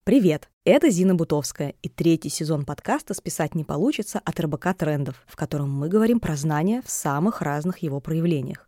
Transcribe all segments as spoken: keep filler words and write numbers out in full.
Привет! Это Зина Бутовская и третий сезон подкаста «Списать не получится» от эр бэ ка Трендов, в котором мы говорим про знания в самых разных его проявлениях.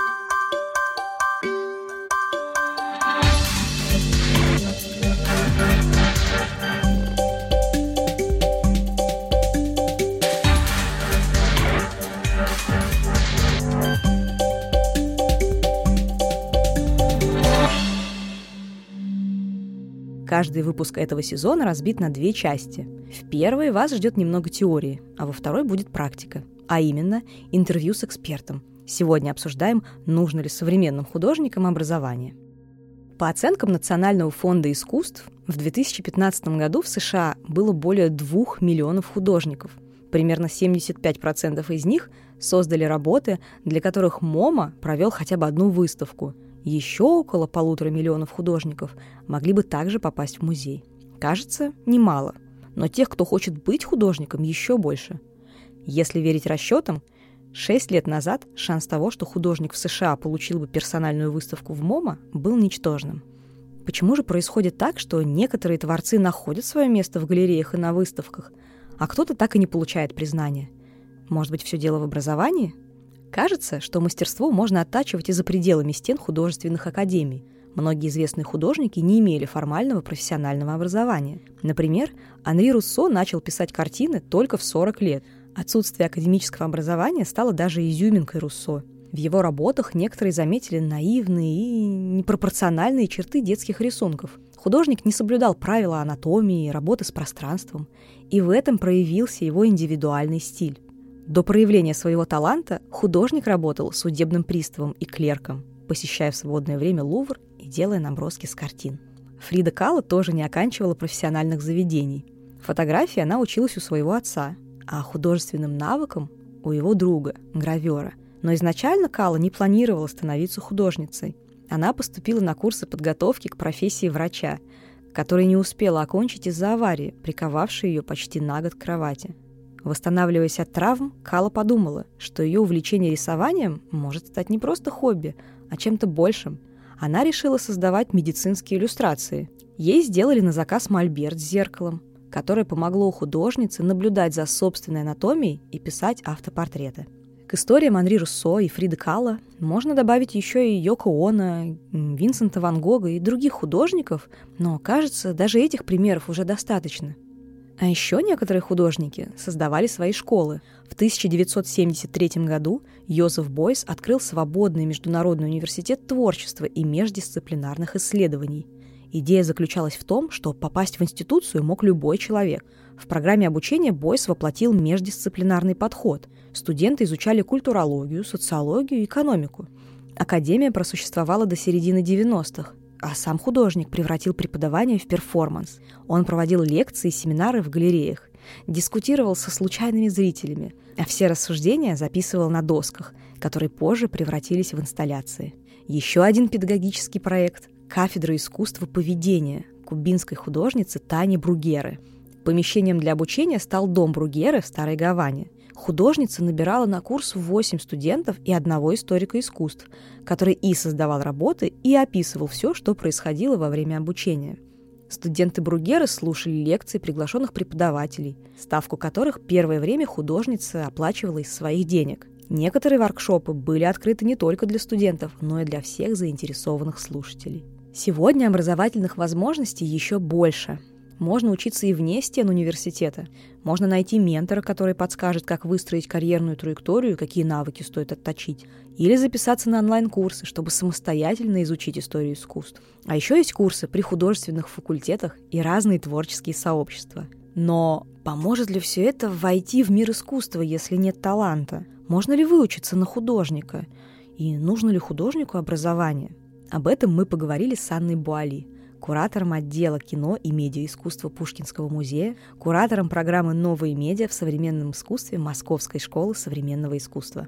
Каждый выпуск этого сезона разбит на две части. В первой вас ждет немного теории, а во второй будет практика, а именно интервью с экспертом. Сегодня обсуждаем, нужно ли современным художникам образование. По оценкам Национального фонда искусств, в две тысячи пятнадцатом году в США было более двух миллионов художников. Примерно семьдесят пять процентов из них создали работы, для которых МОМА провел хотя бы одну выставку. Еще около полутора миллионов художников могли бы также попасть в музей. Кажется, немало. Но тех, кто хочет быть художником, еще больше. Если верить расчетам, шесть лет назад шанс того, что художник в США получил бы персональную выставку в МОМА, был ничтожным. Почему же происходит так, что некоторые творцы находят свое место в галереях и на выставках, а кто-то так и не получает признания? Может быть, все дело в образовании? Кажется, что мастерство можно оттачивать и за пределами стен художественных академий. Многие известные художники не имели формального профессионального образования. Например, Анри Руссо начал писать картины только в сорок лет. Отсутствие академического образования стало даже изюминкой Руссо. В его работах некоторые заметили наивные и непропорциональные черты детских рисунков. Художник не соблюдал правила анатомии, работы с пространством, и в этом проявился его индивидуальный стиль. До проявления своего таланта художник работал судебным приставом и клерком, посещая в свободное время Лувр и делая наброски с картин. Фрида Кало тоже не оканчивала профессиональных заведений. Фотографии она училась у своего отца, а художественным навыкам — у его друга, гравера. Но изначально Кало не планировала становиться художницей. Она поступила на курсы подготовки к профессии врача, которые не успела окончить из-за аварии, приковавшей ее почти на год к кровати. Восстанавливаясь от травм, Кало подумала, что ее увлечение рисованием может стать не просто хобби, а чем-то большим. Она решила создавать медицинские иллюстрации. Ей сделали на заказ мольберт с зеркалом, которое помогло художнице наблюдать за собственной анатомией и писать автопортреты. К историям Анри Руссо и Фриды Кало можно добавить еще и Йоко Оно, Винсента Ван Гога и других художников, но, кажется, даже этих примеров уже достаточно. А еще некоторые художники создавали свои школы. В тысяча девятьсот семьдесят третьем году Йозеф Бойс открыл свободный международный университет творчества и междисциплинарных исследований. Идея заключалась в том, что попасть в институцию мог любой человек. В программе обучения Бойс воплотил междисциплинарный подход. Студенты изучали культурологию, социологию и экономику. Академия просуществовала до середины девяностых. А сам художник превратил преподавание в перформанс. Он проводил лекции и семинары в галереях, дискутировал со случайными зрителями, а все рассуждения записывал на досках, которые позже превратились в инсталляции. Еще один педагогический проект — кафедра искусства поведения кубинской художницы Тани Бругеры. Помещением для обучения стал дом Бругеры в Старой Гаване. Художница набирала на курс восемь студентов и одного историка искусств, который и создавал работы, и описывал все, что происходило во время обучения. Студенты Бругеры слушали лекции приглашенных преподавателей, ставку которых первое время художница оплачивала из своих денег. Некоторые воркшопы были открыты не только для студентов, но и для всех заинтересованных слушателей. Сегодня образовательных возможностей еще больше. Можно учиться и вне стен университета. Можно найти ментора, который подскажет, как выстроить карьерную траекторию, какие навыки стоит отточить. Или записаться на онлайн-курсы, чтобы самостоятельно изучить историю искусств. А еще есть курсы при художественных факультетах и разные творческие сообщества. Но поможет ли все это войти в мир искусства, если нет таланта? Можно ли выучиться на художника? И нужно ли художнику образование? Об этом мы поговорили с Анной Буали, куратором отдела кино и медиаискусства Пушкинского музея, куратором программы «Новые медиа» в современном искусстве Московской школы современного искусства.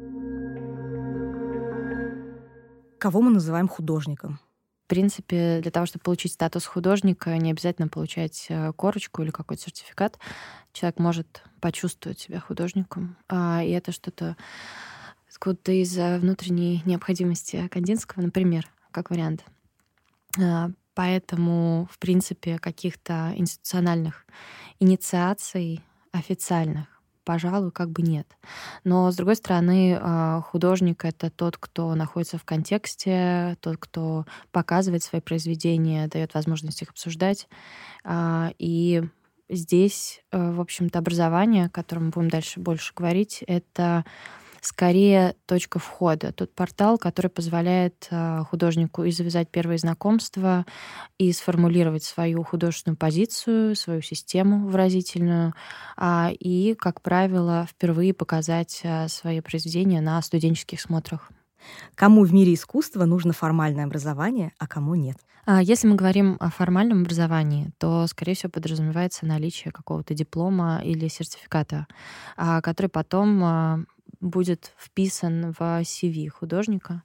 Кого мы называем художником? В принципе, для того, чтобы получить статус художника, не обязательно получать корочку или какой-то сертификат. Человек может почувствовать себя художником. И это что-то откуда-то из внутренней необходимости Кандинского, например, как вариант. Поэтому, в принципе, каких-то институциональных инициаций официальных, пожалуй, как бы нет. Но, с другой стороны, а, художник — это тот, кто находится в контексте, тот, кто показывает свои произведения, дает возможность их обсуждать. А, И здесь, э, в общем-то, образование, о котором мы будем дальше больше говорить, это скорее точка входа, тот портал, который позволяет а, художнику и завязать первые знакомства, и сформулировать свою художественную позицию, свою систему выразительную, а, и, как правило, впервые показать а, свои произведения на студенческих смотрах. Кому в мире искусства нужно формальное образование, а кому нет? А Если мы говорим о формальном образовании, то, скорее всего, подразумевается наличие какого-то диплома или сертификата, а, который потом а, будет вписан в си ви художника.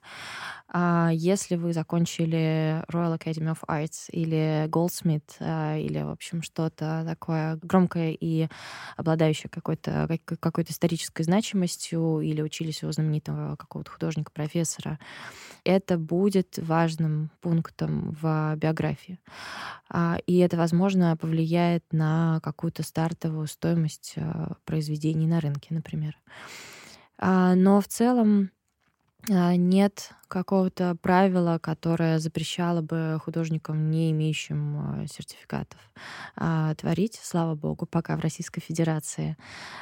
А Если вы закончили Royal Academy of Arts или Goldsmith, а, или, в общем, что-то такое громкое и обладающее какой-то, как- какой-то исторической значимостью, или учились у знаменитого какого-то художника-профессора, это будет важным пунктом в биографии. А, И это, возможно, повлияет на какую-то стартовую стоимость а, произведений на рынке, например. А, Но в целом а, нет какого-то правила, которое запрещало бы художникам, не имеющим а, сертификатов, а, творить, слава богу, пока в Российской Федерации.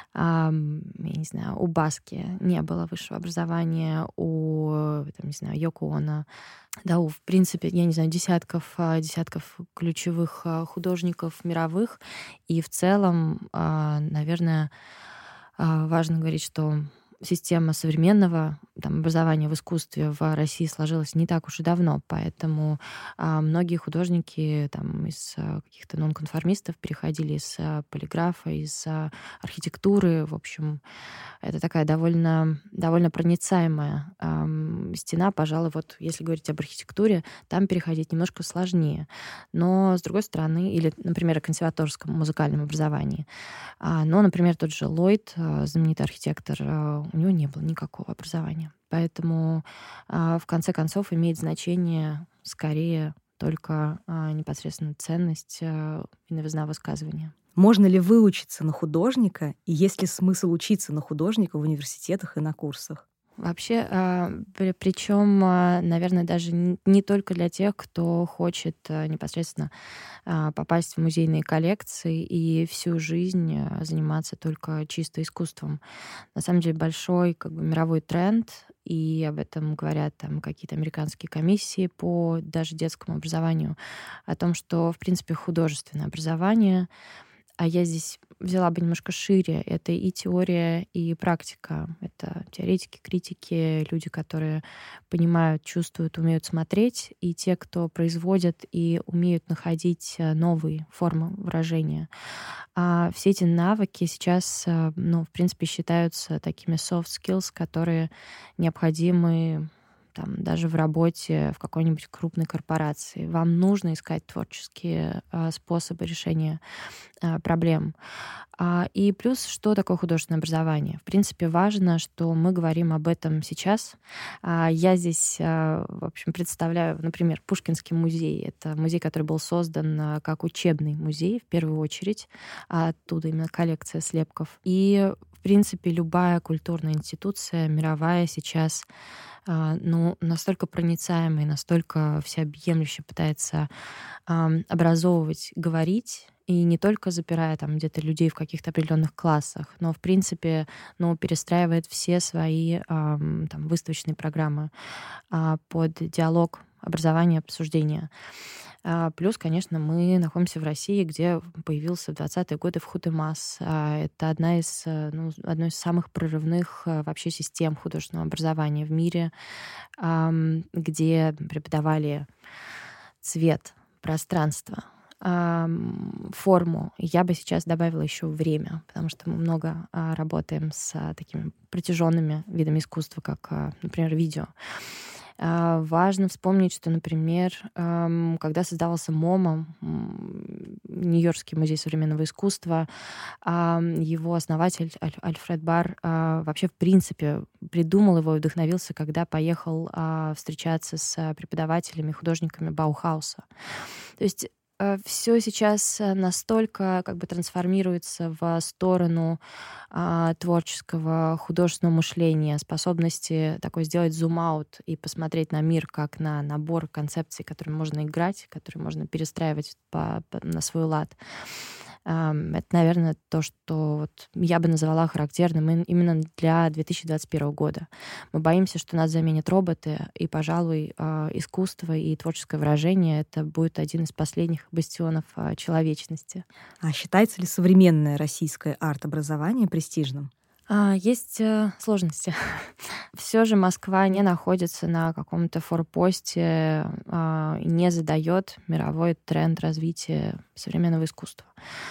Ам, Я не знаю, у Баски не было высшего образования, у, там, не знаю, Йоко Оно, да, у, в принципе, я не знаю, десятков, а, десятков ключевых а, художников мировых. И в целом, а, наверное, а, важно говорить, что система современного там, образования в искусстве в России сложилась не так уж и давно, поэтому а, многие художники там, из а, каких-то нонконформистов переходили из а, полиграфа, из а, архитектуры. В общем, это такая довольно, довольно проницаемая ам, стена. Пожалуй, вот если говорить об архитектуре, там переходить немножко сложнее. Но, с другой стороны, или, например, о консерваторском музыкальном образовании. А, но, например, тот же Ллойд, а, знаменитый архитектор, а, у него не было никакого образования. Поэтому, а, в конце концов, имеет значение скорее только а, непосредственно ценность а, и новизна высказывания. Можно ли выучиться на художника, и есть ли смысл учиться на художника в университетах и на курсах? Вообще, а, при- причем, а, наверное, даже н- не только для тех, кто хочет а, непосредственно а, попасть в музейные коллекции и всю жизнь а, заниматься только чисто искусством. На самом деле большой как бы мировой тренд, и об этом говорят там какие-то американские комиссии по даже детскому образованию, о том, что, в принципе, художественное образование, а я здесь взяла бы немножко шире. Это и теория, и практика. Это теоретики, критики, люди, которые понимают, чувствуют, умеют смотреть, и те, кто производят и умеют находить э, новые формы выражения. А все эти навыки сейчас, э, ну, в принципе, считаются такими soft skills, которые необходимы там, даже в работе в какой-нибудь крупной корпорации. Вам нужно искать творческие э, способы решения э, проблем. А, И плюс, что такое художественное образование? В принципе, важно, что мы говорим об этом сейчас. А, Я здесь, а, в общем, представляю, например, Пушкинский музей. Это музей, который был создан а, как учебный музей, в первую очередь. А Оттуда именно коллекция слепков. И, в принципе, любая культурная институция мировая сейчас а, ну, настолько проницаемая, настолько всеобъемлюще пытается ам, образовывать, говорить, и не только запирая там где-то людей в каких-то определенных классах, но, в принципе, ну, перестраивает все свои ам, там, выставочные программы а, под диалог, образование, обсуждение. А, Плюс, конечно, мы находимся в России, где появился в двадцатые годы ВХУТЭМАС. А, Это одна из, э, ну, одной из самых прорывных э, вообще систем художественного образования в мире, ам, где преподавали цвет, пространство, ам, форму. Я бы сейчас добавила еще время, потому что мы много а, работаем с а, такими протяженными видами искусства, как, а, например, видео. А, важно вспомнить, что, например, ам, когда создавался МОМА, м, Нью-Йоркский музей современного искусства, ам, его основатель Аль- Альфред Бар а, вообще, в принципе, придумал его и вдохновился, когда поехал а, встречаться с а, преподавателями, художниками Баухауса. То есть все сейчас э, настолько как бы трансформируется в сторону а, творческого, художественного мышления, способности такой сделать зум-аут и посмотреть на мир как на набор концепций, которыми можно играть, которые можно перестраивать по- по- на свой лад. Ам, Это, наверное, то, что вот я бы назвала характерным ин- именно для две тысячи двадцать первого года. Мы боимся, что нас заменят роботы, и, пожалуй, а, искусство и творческое выражение — это будет один из последних бастионов а, человечности. А считается ли современное российское арт-образование престижным? А, Есть э, сложности. Все же Москва не находится на каком-то форпосте а, и не задает мировой тренд развития современного искусства.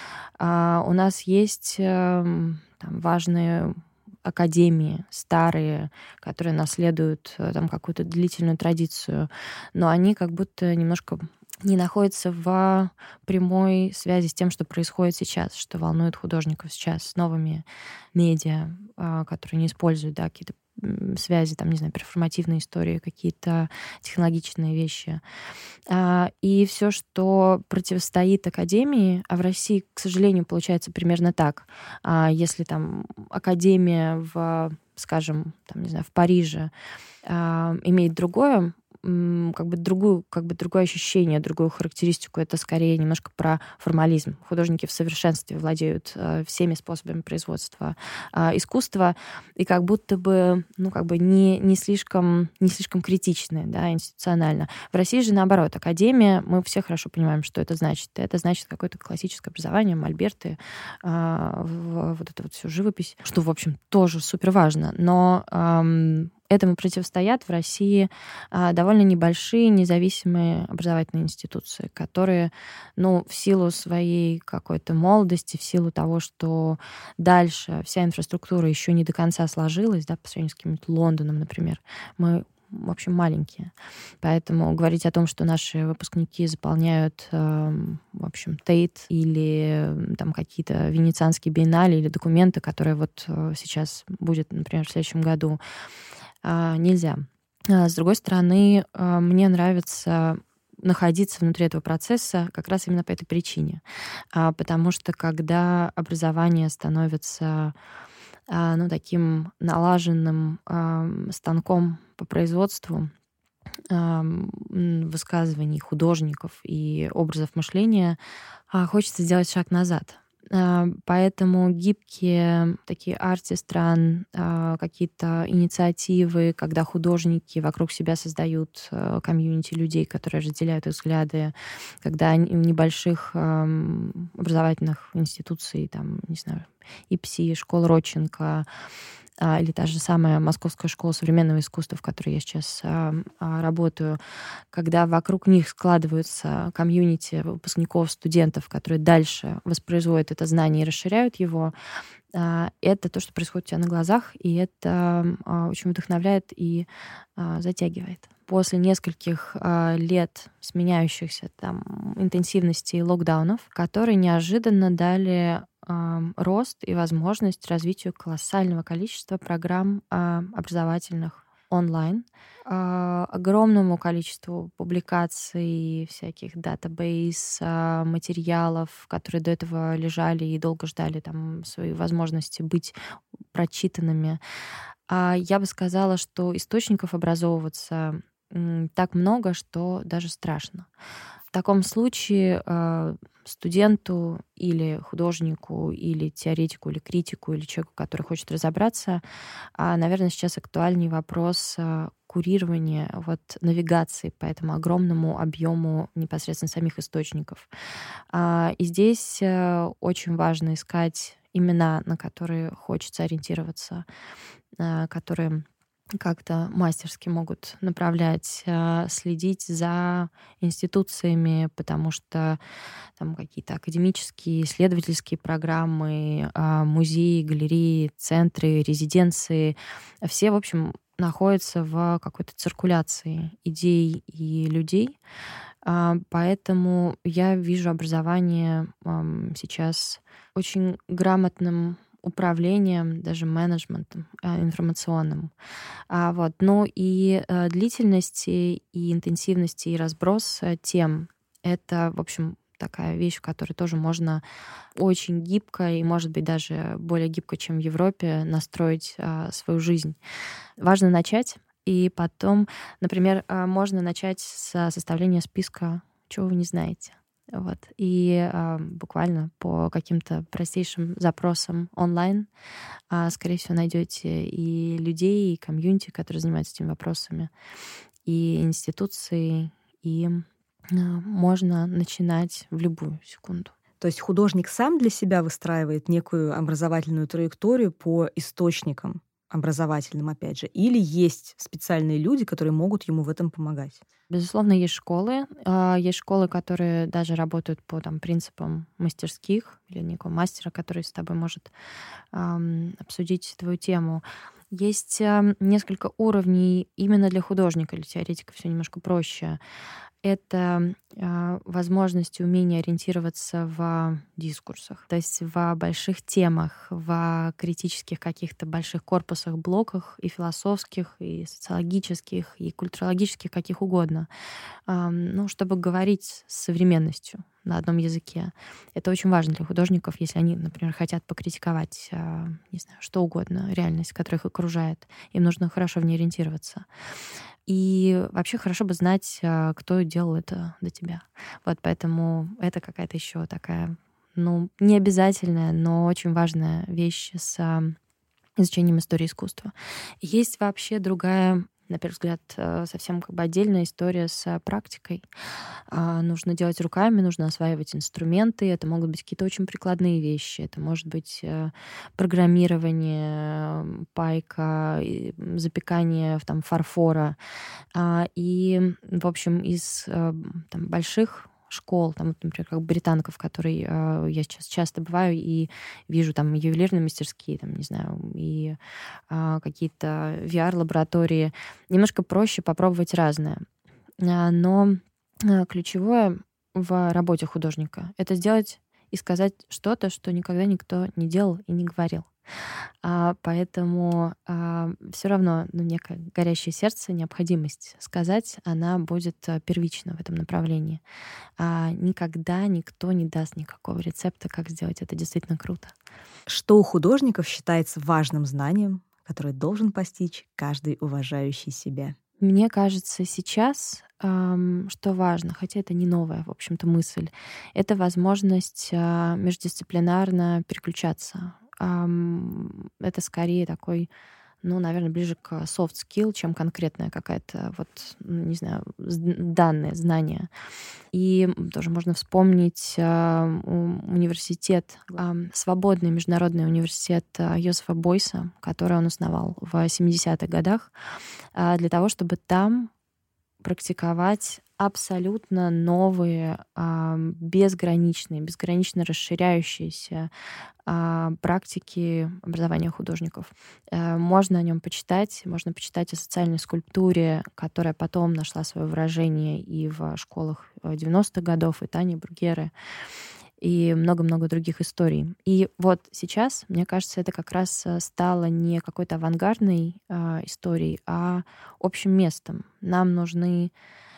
А, У нас есть эм, там, важные академии старые, которые наследуют э, там какую-то длительную традицию, но они как будто немножко не находятся в прямой связи с тем, что происходит сейчас, что волнует художников сейчас с новыми медиа, а, которые не используют, да, какие-то м, связи, там, не знаю, перформативные истории, какие-то технологичные вещи. А, И все, что противостоит академии, а в России, к сожалению, получается примерно так. А Если там академия в, скажем, там, не знаю, в Париже а, имеет другое, м, как бы другую, как бы другое ощущение, другую характеристику. Это скорее немножко про формализм. Художники в совершенстве владеют э, всеми способами производства э, искусства и как будто бы, ну, как бы не, не слишком, не слишком критичны, да, институционально. В России же наоборот. Академия, мы все хорошо понимаем, что это значит. Это значит какое-то классическое образование, мольберты, э, в- вот это вот всю живопись, что, в общем, тоже супер важно. Но эм, этому противостоят в России а, довольно небольшие независимые образовательные институции, которые, ну, в силу своей какой-то молодости, в силу того, что дальше вся инфраструктура еще не до конца сложилась, да, по сравнению с каким-нибудь Лондоном, например, мы в общем, маленькие. Поэтому говорить о том, что наши выпускники заполняют, э, в общем, Тейт или э, там какие-то венецианские биеннале или документы, которые вот э, сейчас будет, например, в следующем году, а, нельзя. А, С другой стороны, а, мне нравится находиться внутри этого процесса как раз именно по этой причине. А, Потому что когда образование становится а, ну, таким налаженным ам, станком по производству ам, м, высказываний художников и образов мышления, а, хочется сделать шаг назад. А, Поэтому гибкие такие арти-стран, а, какие-то инициативы, когда художники вокруг себя создают а, комьюнити людей, которые разделяют их взгляды, когда они- у небольших ам, образовательных институций, там, не знаю, ИПСИ, школа Родченко, а, или та же самая Московская школа современного искусства, в которой я сейчас а, а, работаю, когда вокруг них складываются комьюнити выпускников, студентов, которые дальше воспроизводят это знание и расширяют его, а, это то, что происходит у тебя на глазах, и это а, очень вдохновляет и а, затягивает. После нескольких а, лет сменяющихся там интенсивности локдаунов, которые неожиданно дали ам, рост и возможность развитию колоссального количества программ а, образовательных онлайн, а, огромному количеству публикаций, всяких датабейс, а, материалов, которые до этого лежали и долго ждали там своей возможности быть прочитанными. А Я бы сказала, что источников образовываться м, так много, что даже страшно. В таком случае э, студенту или художнику, или теоретику, или критику, или человеку, который хочет разобраться, а, наверное, сейчас актуальнее вопрос а, курирования, вот, навигации по этому огромному объему непосредственно самих источников. А, И здесь э, очень важно искать имена, на которые хочется ориентироваться, а, которые как-то мастерски могут направлять, а, следить за институциями, потому что там какие-то академические, исследовательские программы, а, музеи, галереи, центры, резиденции, все, в общем, находится в какой-то циркуляции идей и людей. А, Поэтому я вижу образование ам, сейчас очень грамотным управлением, даже менеджментом а, информационным. А, вот. Ну и э, длительности, и интенсивности, и разброс э, тем — это, в общем, такая вещь, в которой тоже можно очень гибко и, может быть, даже более гибко, чем в Европе, настроить а, свою жизнь. Важно начать, и потом, например, а, можно начать с составления списка, чего вы не знаете. Вот. И а, буквально по каким-то простейшим запросам онлайн, а, скорее всего, найдете и людей, и комьюнити, которые занимаются этими вопросами, и институции, и а, можно начинать в любую секунду. То есть художник сам для себя выстраивает некую образовательную траекторию по источникам образовательным, опять же, или есть специальные люди, которые могут ему в этом помогать? Безусловно, есть школы. А, Есть школы, которые даже работают по там, принципам мастерских или некого мастера, который с тобой может ам, обсудить твою тему. Есть ам, несколько уровней именно для художника, для теоретика все немножко проще. Это а, возможность и умение ориентироваться в дискурсах, то есть в больших темах, в критических каких-то больших корпусах, блоках, и философских, и социологических, и культурологических, каких угодно. Ам, ну, чтобы говорить с современностью на одном языке. Это очень важно для художников, если они, например, хотят покритиковать, а, не знаю, что угодно, реальность, которая их окружает. Им нужно хорошо в ней ориентироваться. И вообще хорошо бы знать, а, кто делал это до тебя. Вот поэтому это какая-то еще такая, ну, не обязательная, но очень важная вещь с а, изучением истории искусства. Есть вообще другая, на первый взгляд, э, совсем как бы отдельная история с а, практикой. А, Нужно делать руками, нужно осваивать инструменты. Это могут быть какие-то очень прикладные вещи. Это может быть э, программирование, м, пайка, и, м, запекание в, там, фарфора. А, И, в общем, из э, там, больших школ, там, вот, например, как Британка, в которой э, я сейчас часто бываю и вижу там ювелирные мастерские, там, не знаю, и а, какие-то ви ар-лаборатории. Немножко проще попробовать разное. А, Но а, ключевое в работе художника — это сделать и сказать что-то, что никогда никто не делал и не говорил. А, Поэтому все равно, ну, некое горящее сердце, необходимость сказать, она будет а, первична в этом направлении. А Никогда никто не даст никакого рецепта, как сделать это действительно круто. Что у художников считается важным знанием, которое должен постичь каждый уважающий себя? Мне кажется, сейчас, ам, что важно, хотя это не новая, в общем-то, мысль, это возможность а, междисциплинарно переключаться. Ам, Это скорее такой, ну, наверное, ближе к soft skill, чем конкретная какая-то, вот, ну, не знаю, з- данное знание. И тоже можно вспомнить а, у- университет, а, свободный международный университет а, Йозефа Бойса, который он основал в семидесятых годах, а, для того, чтобы там практиковать абсолютно новые, а, безграничные, безгранично расширяющиеся а, практики образования художников. Э, Можно о нем почитать, можно почитать о социальной скульптуре, которая потом нашла свое выражение и в школах э, девяностых годов, и Тани Бургеры, и много-много других историй. И вот сейчас, мне кажется, это как раз э, стало не какой-то авангардной а, историей, а общим местом. Нам нужны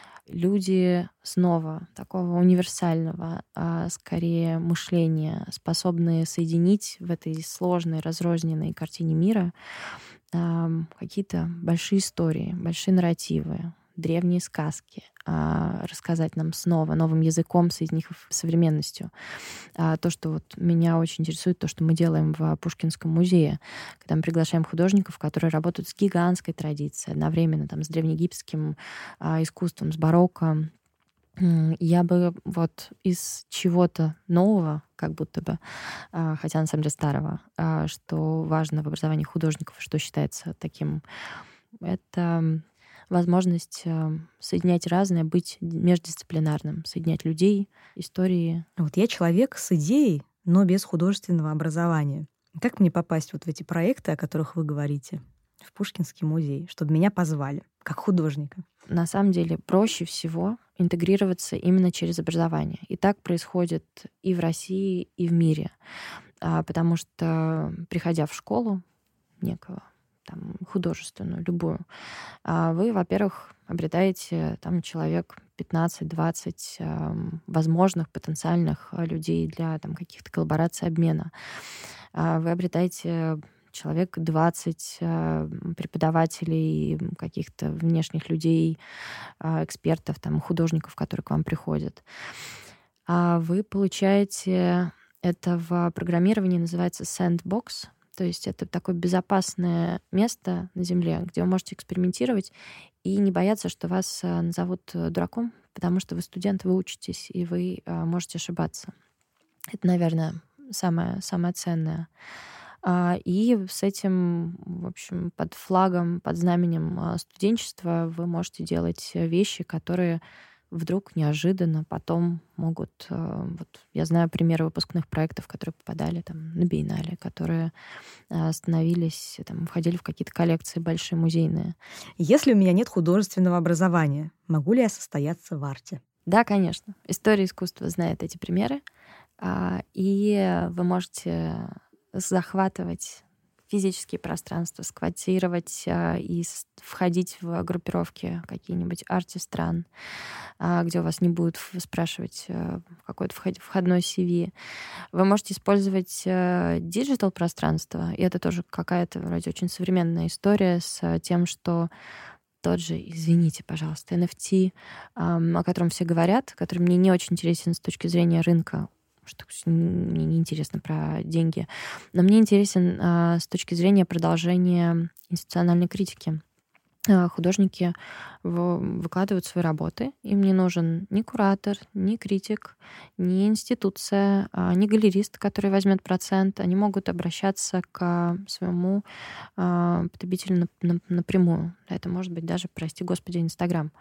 люди снова такого универсального, а, скорее, мышления, способные соединить в этой сложной, разрозненной картине мира ам, какие-то большие истории, большие нарративы, древние сказки, а, рассказать нам снова новым языком, соединив их с современностью. А, То, что вот меня очень интересует, то, что мы делаем в Пушкинском музее, когда мы приглашаем художников, которые работают с гигантской традицией, одновременно там, с древнеегипетским а, искусством, с барокко. М, Я бы вот из чего-то нового, как будто бы, а, хотя на самом деле старого, а, что важно в образовании художников, что считается таким, это возможность а, соединять разное, быть междисциплинарным, соединять людей, истории. Вот я человек с идеей, но без художественного образования. Как мне попасть вот в эти проекты, о которых вы говорите? в Пушкинский музей, чтобы меня позвали как художника? На самом деле проще всего интегрироваться именно через образование. И так происходит и в России, и в мире. А, потому что, приходя в школу некого, там, художественную, любую, а, вы, во-первых, обретаете там человек пятнадцать-двадцать э, возможных потенциальных людей для там, каких-то коллабораций, обмена. А, вы обретаете человек двадцать э, преподавателей, каких-то внешних людей, э, экспертов, там, художников, которые к вам приходят. А вы получаете это в программировании, называется sandbox, то есть это такое безопасное место на Земле, где вы можете экспериментировать и не бояться, что вас э, назовут дураком, потому что вы студент, вы учитесь, и вы э, можете ошибаться. Это, наверное, самое, самое ценное. А, И с этим, в общем, под флагом, под знаменем а, студенчества вы можете делать вещи, которые вдруг неожиданно потом могут... а, Вот я знаю примеры выпускных проектов, которые попадали там на биеннале, которые а, становились, там, входили в какие-то коллекции большие музейные. Если у меня нет художественного образования, могу ли я состояться в арте? Да, конечно. История искусства знает эти примеры. а, И вы можете захватывать физические пространства, сквотировать а, и с- входить в группировки какие-нибудь арти-стран, а, где у вас не будут ф- спрашивать а, какой-то вход- входной си ви. Вы можете использовать диджитал-пространство, и это тоже какая-то вроде очень современная история с а, тем, что тот же, извините, пожалуйста, эн эф ти, ам, о котором все говорят, который мне не очень интересен с точки зрения рынка, что мне не интересно про деньги, но мне интересен а, с точки зрения продолжения институциональной критики. А, Художники в- выкладывают свои работы. Им не нужен ни куратор, ни критик, ни институция, а, ни галерист, который возьмет процент. Они могут обращаться к своему а, потребителю нап- нап- напрямую. Это может быть даже, прости господи, Инстаграм.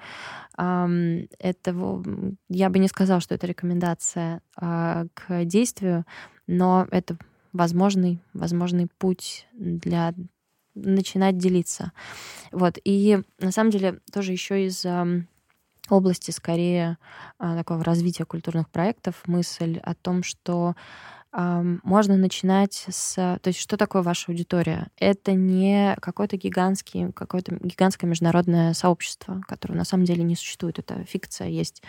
Ам, Это, во- м, я бы не сказала, что это рекомендация а, к действию, но это возможный, возможный путь для начинать делиться. Вот. И на самом деле тоже еще из ам, области скорее а, такого развития культурных проектов мысль о том, что ам, можно начинать с... То есть что такое ваша аудитория? Это не какое-то гигантский, какое-то гигантское международное сообщество, которое на самом деле не существует. Это фикция. Есть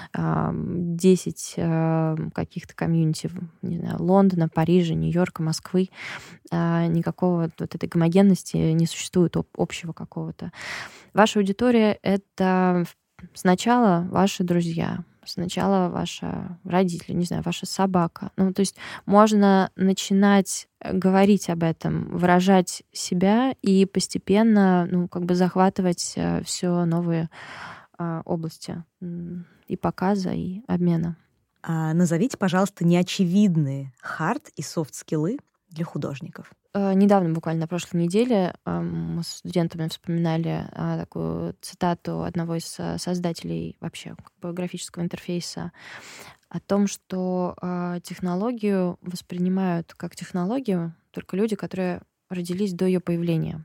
ам, десять ам, каких-то комьюнити, не знаю, Лондона, Парижа, Нью-Йорка, Москвы. А, Никакого вот этой гомогенности не существует об- общего какого-то. Ваша аудитория — это сначала ваши друзья, сначала ваши родители, не знаю, ваша собака. Ну, то есть можно начинать э, говорить об этом, выражать себя и постепенно, ну, как бы захватывать все новые а, области м, и показа, и обмена. А назовите, пожалуйста, неочевидные хард и софт-скиллы для художников. Э, Недавно, буквально на прошлой неделе, э, мы с студентами вспоминали а, такую цитату одного из э, создателей вообще как бы графического интерфейса о том, что э, технологию воспринимают как технологию только люди, которые родились до ее появления.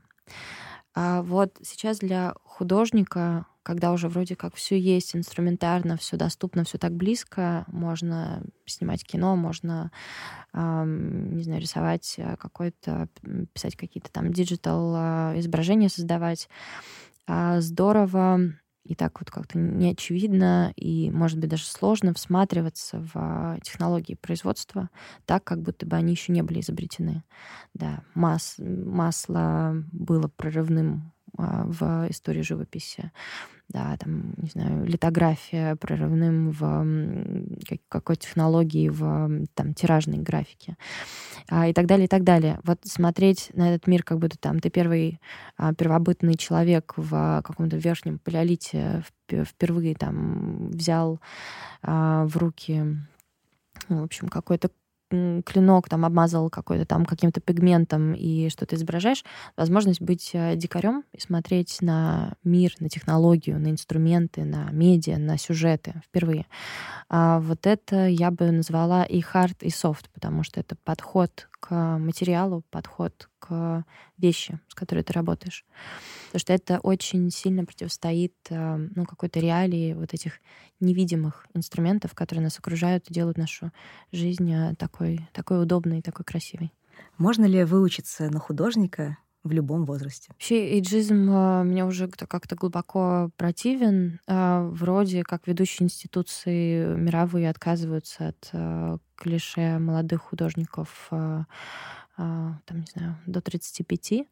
А вот сейчас для художника, когда уже вроде как все есть инструментарно, все доступно, все так близко, можно снимать кино, можно, ам, не знаю, рисовать а, какой-то, м, писать какие-то там диджитал а, изображения, создавать. А, Здорово и так вот как-то неочевидно и, может быть, даже сложно всматриваться в а, технологии производства так, как будто бы они еще не были изобретены. Да, мас- масло было прорывным а, в истории живописи. Да, там, не знаю, литография прорывным в м, как- какой технологии в м, там, тиражной графике. А, и так далее, и так далее. Вот смотреть на этот мир, как будто там ты первый а, первобытный человек в а, каком-то верхнем палеолите вп- впервые там взял а, в руки, ну, в общем, какой-то м, клинок, там обмазал какой-то там каким-то пигментом и что-то изображаешь, возможность быть э, дикарем и смотреть на мир, на технологию, на инструменты, на медиа, на сюжеты впервые. А вот это я бы назвала и хард, и софт, потому что это подход к к материалу, подход к вещи, с которой ты работаешь. Потому что это очень сильно противостоит ну, какой-то реалии вот этих невидимых инструментов, которые нас окружают и делают нашу жизнь такой, такой удобной, такой красивой. Можно ли выучиться на художника в любом возрасте? Вообще эйджизм мне уже как-то глубоко противен. Вроде как ведущие институции мировые отказываются от клише молодых художников там, не знаю, до тридцати пяти.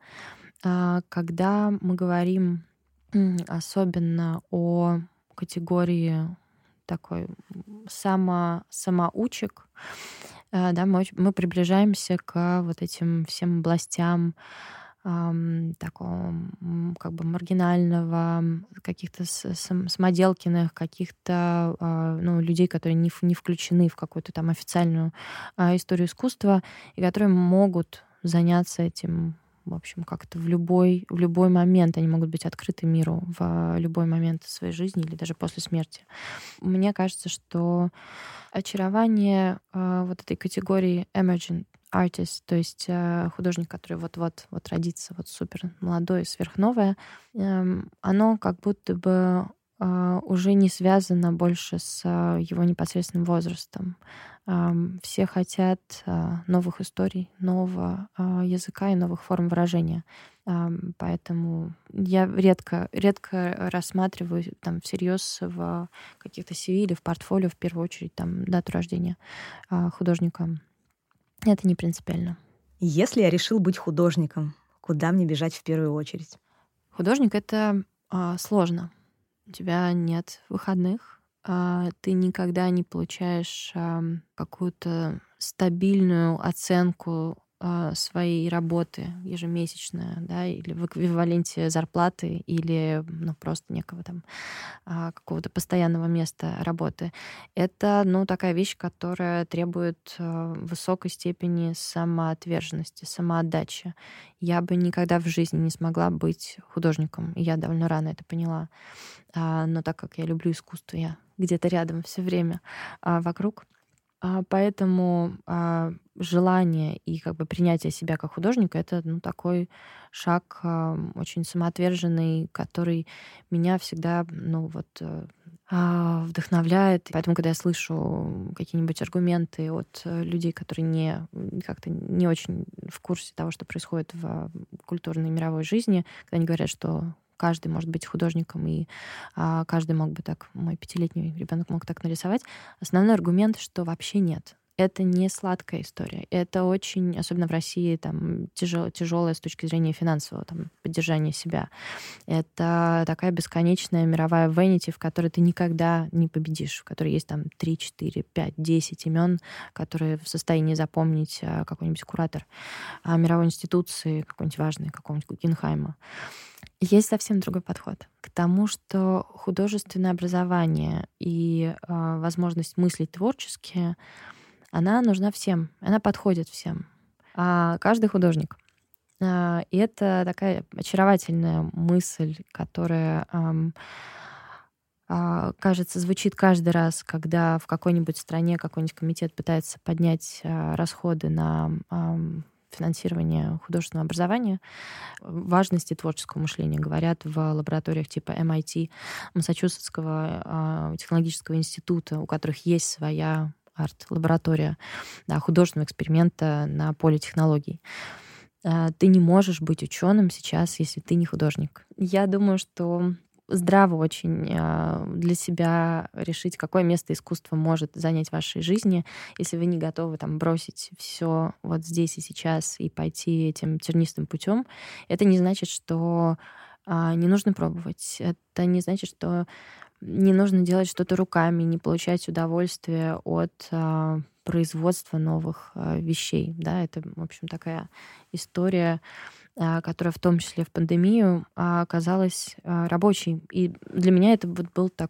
Когда мы говорим особенно о категории такой само, самоучек, да, мы, мы приближаемся к вот этим всем областям эм, такого как бы маргинального, каких-то сам, самоделкиных, каких-то э, ну, людей, которые не, не включены в какую-то там официальную э, историю искусства, и которые могут заняться этим, в общем, как-то в любой, в любой момент. Они могут быть открыты миру в любой момент своей жизни или даже после смерти. Мне кажется, что очарование э, вот этой категории emerging artist, то есть э, художник, который вот-вот вот родится, вот супер молодой, сверхновое, э, оно как будто бы э, уже не связано больше с э, его непосредственным возрастом. Э, все хотят э, новых историй, нового э, языка и новых форм выражения. Э, поэтому я редко, редко рассматриваю там всерьез в каких-то си ви или в портфолио в первую очередь там дату рождения э, художника. Это не принципиально. Если я решил быть художником, куда мне бежать в первую очередь? Художник — это а, сложно. У тебя нет выходных, а, ты никогда не получаешь а, какую-то стабильную оценку а, своей работы ежемесячно, да, или в эквиваленте зарплаты, или ну, просто некого там а, какого-то постоянного места работы. Это, ну, такая вещь, которая требует а, высокой степени самоотверженности, самоотдачи. Я бы никогда в жизни не смогла быть художником, и я довольно рано это поняла. А, но так как я люблю искусство, я где-то рядом все время а, вокруг. А, Поэтому а, желание и как бы принятие себя как художника — это ну, такой шаг а, очень самоотверженный, который меня всегда ну, вот, а, вдохновляет. Поэтому, когда я слышу какие-нибудь аргументы от людей, которые не, как-то не очень в курсе того, что происходит в культурной мировой жизни, когда они говорят, что каждый может быть художником, и а, каждый мог бы так, мой пятилетний ребенок мог так нарисовать. Основной аргумент, что вообще нет. Это не сладкая история. Это очень, особенно в России, там, тяжел, тяжелая с точки зрения финансового там, поддержания себя. Это такая бесконечная мировая vanity, в которой ты никогда не победишь, в которой есть там три, четыре, пять, десять имен, которые в состоянии запомнить какой-нибудь куратор мировой институции, какой-нибудь важный, какого-нибудь Гугенхайма. Есть совсем другой подход к тому, что художественное образование и э, возможность мыслить творчески, она нужна всем, она подходит всем. А каждый художник. Э, и это такая очаровательная мысль, которая, э, э, кажется, звучит каждый раз, когда в какой-нибудь стране какой-нибудь комитет пытается поднять э, расходы на э, финансирования художественного образования, важности творческого мышления говорят в лабораториях типа эм ай ти, Массачусетского э, технологического института, у которых есть своя арт-лаборатория, да, художественного эксперимента на поле технологий. Э, ты не можешь быть ученым сейчас, если ты не художник. Я думаю, что здраво очень для себя решить, какое место искусства может занять в вашей жизни, если вы не готовы там бросить все вот здесь и сейчас и пойти этим тернистым путем. Это не значит, что а, не нужно пробовать. Это не значит, что не нужно делать что-то руками, не получать удовольствие от а, производства новых а, вещей. Да, это, в общем, такая история, которая в том числе в пандемию оказалась рабочей. И для меня это вот был такой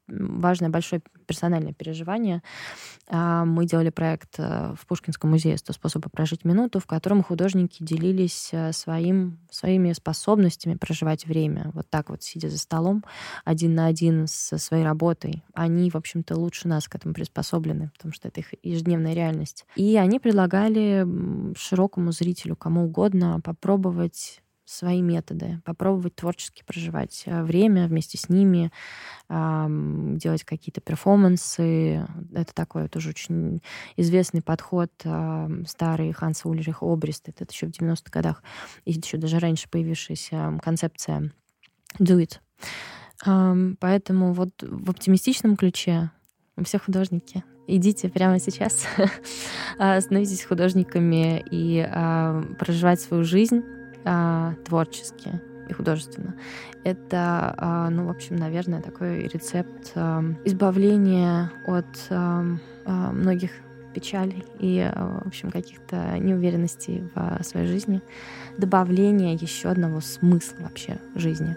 важное большое персональное переживание. Мы делали проект в Пушкинском музее «сто способов прожить минуту», в котором художники делились своим, своими способностями проживать время. Вот так вот, сидя за столом, один на один со своей работой. Они, в общем-то, лучше нас к этому приспособлены, потому что это их ежедневная реальность. И они предлагали широкому зрителю, кому угодно, попробовать свои методы, попробовать творчески проживать время вместе с ними, делать какие-то перформансы. Это такой тоже очень известный подход, старый Ханса Ульриха Обрист, это еще в девяностых годах, и еще даже раньше появившаяся концепция «do it». Поэтому вот в оптимистичном ключе все художники, идите прямо сейчас, становитесь художниками и проживать свою жизнь творчески и художественно. Это, ну, в общем, наверное, такой рецепт избавления от многих печалей и, в общем, каких-то неуверенностей в своей жизни, добавление еще одного смысла вообще жизни.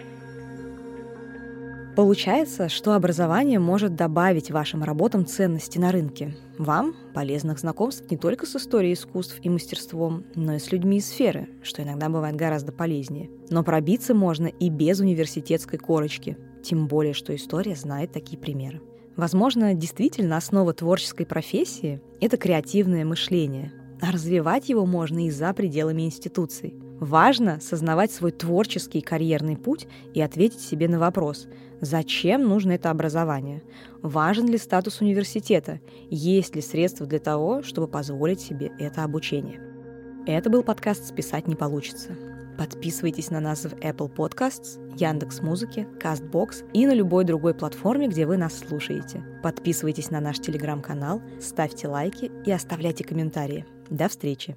Получается, что образование может добавить вашим работам ценности на рынке. Вам полезных знакомств не только с историей искусств и мастерством, но и с людьми из сферы, что иногда бывает гораздо полезнее. Но пробиться можно и без университетской корочки, тем более, что история знает такие примеры. Возможно, действительно основа творческой профессии — это креативное мышление, а развивать его можно и за пределами институций. Важно сознавать свой творческий и карьерный путь и ответить себе на вопрос, зачем нужно это образование, важен ли статус университета, есть ли средства для того, чтобы позволить себе это обучение. Это был подкаст «Списать не получится». Подписывайтесь на нас в Apple Podcasts, Яндекс.Музыке, Castbox и на любой другой платформе, где вы нас слушаете. Подписывайтесь на наш телеграм-канал, ставьте лайки и оставляйте комментарии. До встречи!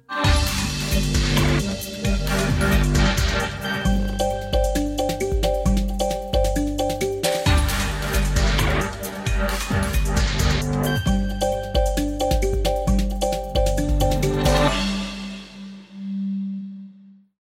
We'll be right back.